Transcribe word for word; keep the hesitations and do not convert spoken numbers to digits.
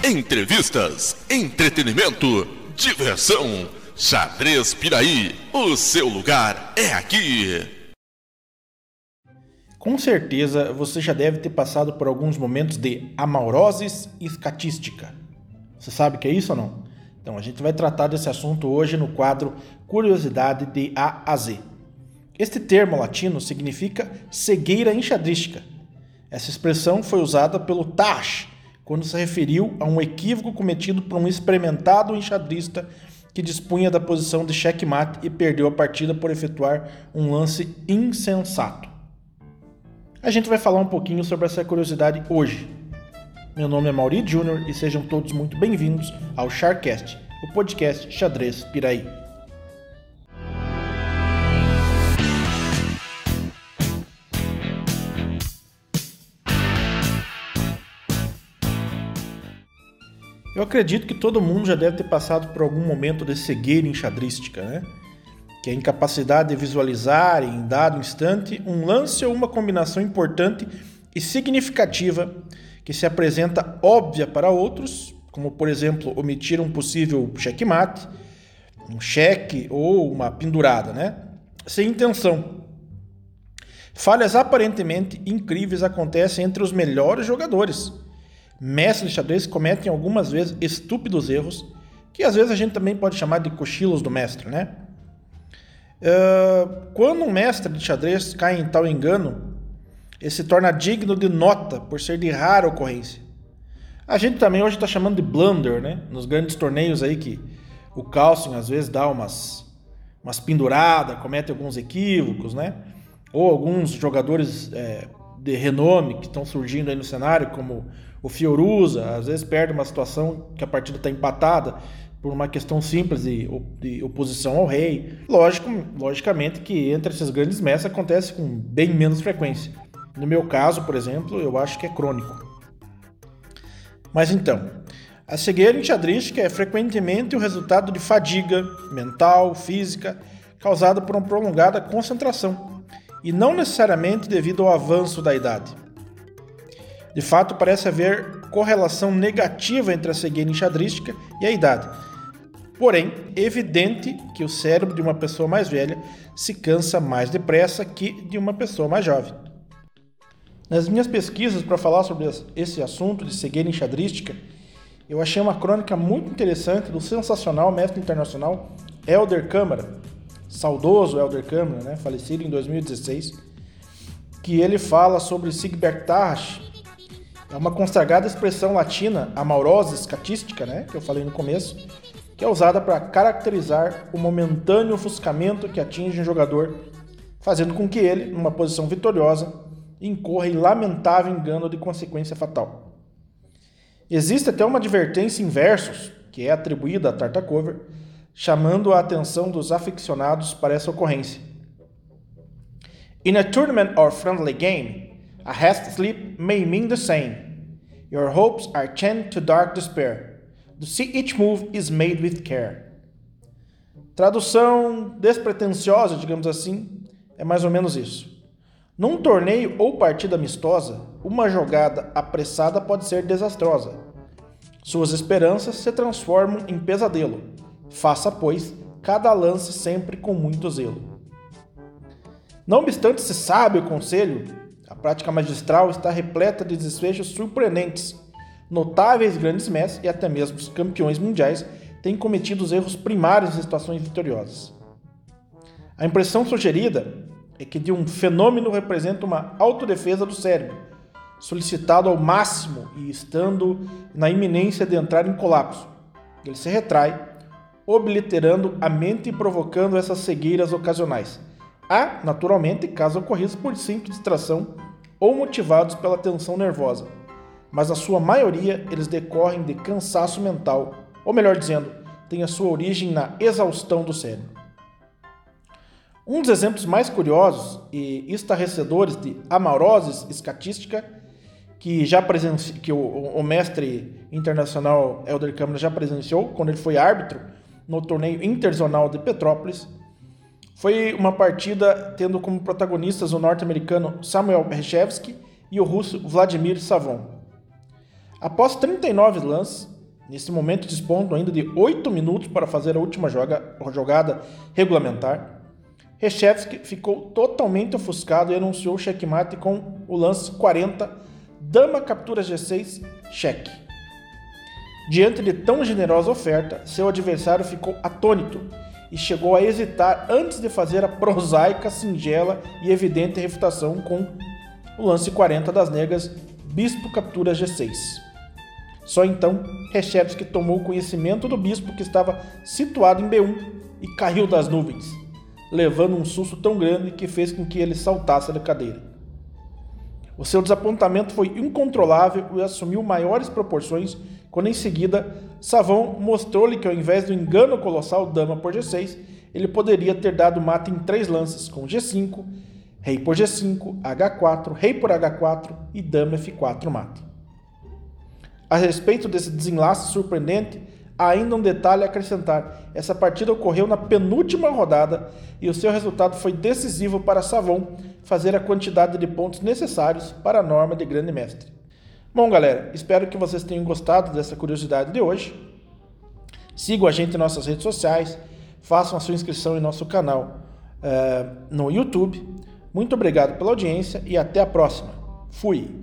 Entrevistas, entretenimento, diversão. Xadrez Piraí, o seu lugar é aqui. Com certeza você já deve ter passado por alguns momentos de amauroses escatística. Você sabe o que é isso ou não? Então a gente vai tratar desse assunto hoje no quadro Curiosidade de A a Z. Este termo latino significa cegueira enxadrística. Essa expressão foi usada pelo Tash quando se referiu a um equívoco cometido por um experimentado enxadrista que dispunha da posição de checkmate e perdeu a partida por efetuar um lance insensato. A gente vai falar um pouquinho sobre essa curiosidade hoje. Meu nome é Mauri Júnior e sejam todos muito bem-vindos ao Charcast, o podcast Xadrez Piraí. Eu acredito que todo mundo já deve ter passado por algum momento de cegueira enxadrística, né? Que é a incapacidade de visualizar em dado instante um lance ou uma combinação importante e significativa que se apresenta óbvia para outros, como por exemplo omitir um possível checkmate, um cheque ou uma pendurada, né? Sem intenção. Falhas aparentemente incríveis acontecem entre os melhores jogadores. Mestres de xadrez cometem algumas vezes estúpidos erros, que às vezes a gente também pode chamar de cochilos do mestre, né? Uh, quando um mestre de xadrez cai em tal engano, ele se torna digno de nota por ser de rara ocorrência. A gente também hoje está chamando de blunder, né? Nos grandes torneios aí que o Carlsen às vezes dá umas, umas penduradas, comete alguns equívocos, né? Ou alguns jogadores é, de renome que estão surgindo aí no cenário, como o Fioruza, às vezes perde uma situação que a partida está empatada por uma questão simples de, de oposição ao rei. Lógico, logicamente que entre esses grandes mestres acontece com bem menos frequência. No meu caso, por exemplo, eu acho que é crônico. Mas então, a cegueira enxadrística é frequentemente o resultado de fadiga mental, física, causada por uma prolongada concentração, e não necessariamente devido ao avanço da idade. De fato, parece haver correlação negativa entre a cegueira enxadrística e a idade. Porém, é evidente que o cérebro de uma pessoa mais velha se cansa mais depressa que de uma pessoa mais jovem. Nas minhas pesquisas para falar sobre esse assunto de cegueira enxadrística, eu achei uma crônica muito interessante do sensacional mestre internacional Helder Câmara, saudoso Helder Câmara, né, falecido em dois mil e dezesseis, que ele fala sobre Siegbert Tarrasch. É uma consagrada expressão latina, amaurosa escatística, né, que eu falei no começo, que é usada para caracterizar o momentâneo ofuscamento que atinge um jogador, fazendo com que ele, numa posição vitoriosa, incorra em lamentável engano de consequência fatal. Existe até uma advertência em versos, que é atribuída a Tartakover, chamando a atenção dos aficionados para essa ocorrência. In a tournament or friendly game, a hasty sleep may mean the same. Your hopes are chained to dark despair. To see each move is made with care. Tradução despretensiosa, digamos assim, é mais ou menos isso. Num torneio ou partida amistosa, uma jogada apressada pode ser desastrosa. Suas esperanças se transformam em pesadelo. Faça, pois, cada lance sempre com muito zelo. Não obstante esse sábio conselho, a prática magistral está repleta de desfechos surpreendentes. Notáveis grandes mestres e até mesmo os campeões mundiais têm cometido os erros primários em situações vitoriosas. A impressão sugerida é que de um fenômeno representa uma autodefesa do cérebro, solicitado ao máximo e estando na iminência de entrar em colapso. Ele se retrai, obliterando a mente e provocando essas cegueiras ocasionais. Há, naturalmente, casos ocorridos por simples distração ou motivados pela tensão nervosa, mas na sua maioria eles decorrem de cansaço mental, ou melhor dizendo, têm a sua origem na exaustão do cérebro. Um dos exemplos mais curiosos e estarrecedores de amauroses escatística que, já presenci... que o, o mestre internacional Helder Câmara já presenciou quando ele foi árbitro no torneio interzonal de Petrópolis, foi uma partida tendo como protagonistas o norte-americano Samuel Berchevsky e o russo Vladimir Savon. Após trinta e nove lances, Nesse momento, dispondo ainda de oito minutos para fazer a última joga, jogada regulamentar, Reshevsky ficou totalmente ofuscado e anunciou o checkmate com o lance quarenta, dama captura G seis, cheque. Diante de tão generosa oferta, seu adversário ficou atônito e chegou a hesitar antes de fazer a prosaica, singela e evidente refutação com o lance quarenta das negras, bispo captura G seis. Só então, Reshevsky tomou conhecimento do bispo que estava situado em B um e caiu das nuvens, levando um susto tão grande que fez com que ele saltasse da cadeira. O seu desapontamento foi incontrolável e assumiu maiores proporções quando em seguida Savon mostrou-lhe que ao invés do engano colossal dama por G seis, ele poderia ter dado mate em três lances com G cinco, rei por G cinco, H quatro, rei por H quatro e dama F quatro mate. A respeito desse desenlace surpreendente, há ainda um detalhe a acrescentar. Essa partida ocorreu na penúltima rodada e o seu resultado foi decisivo para Savon fazer a quantidade de pontos necessários para a norma de grande mestre. Bom, galera, espero que vocês tenham gostado dessa curiosidade de hoje. Sigam a gente em nossas redes sociais, façam a sua inscrição em nosso canal uh, no YouTube. Muito obrigado pela audiência e até a próxima. Fui!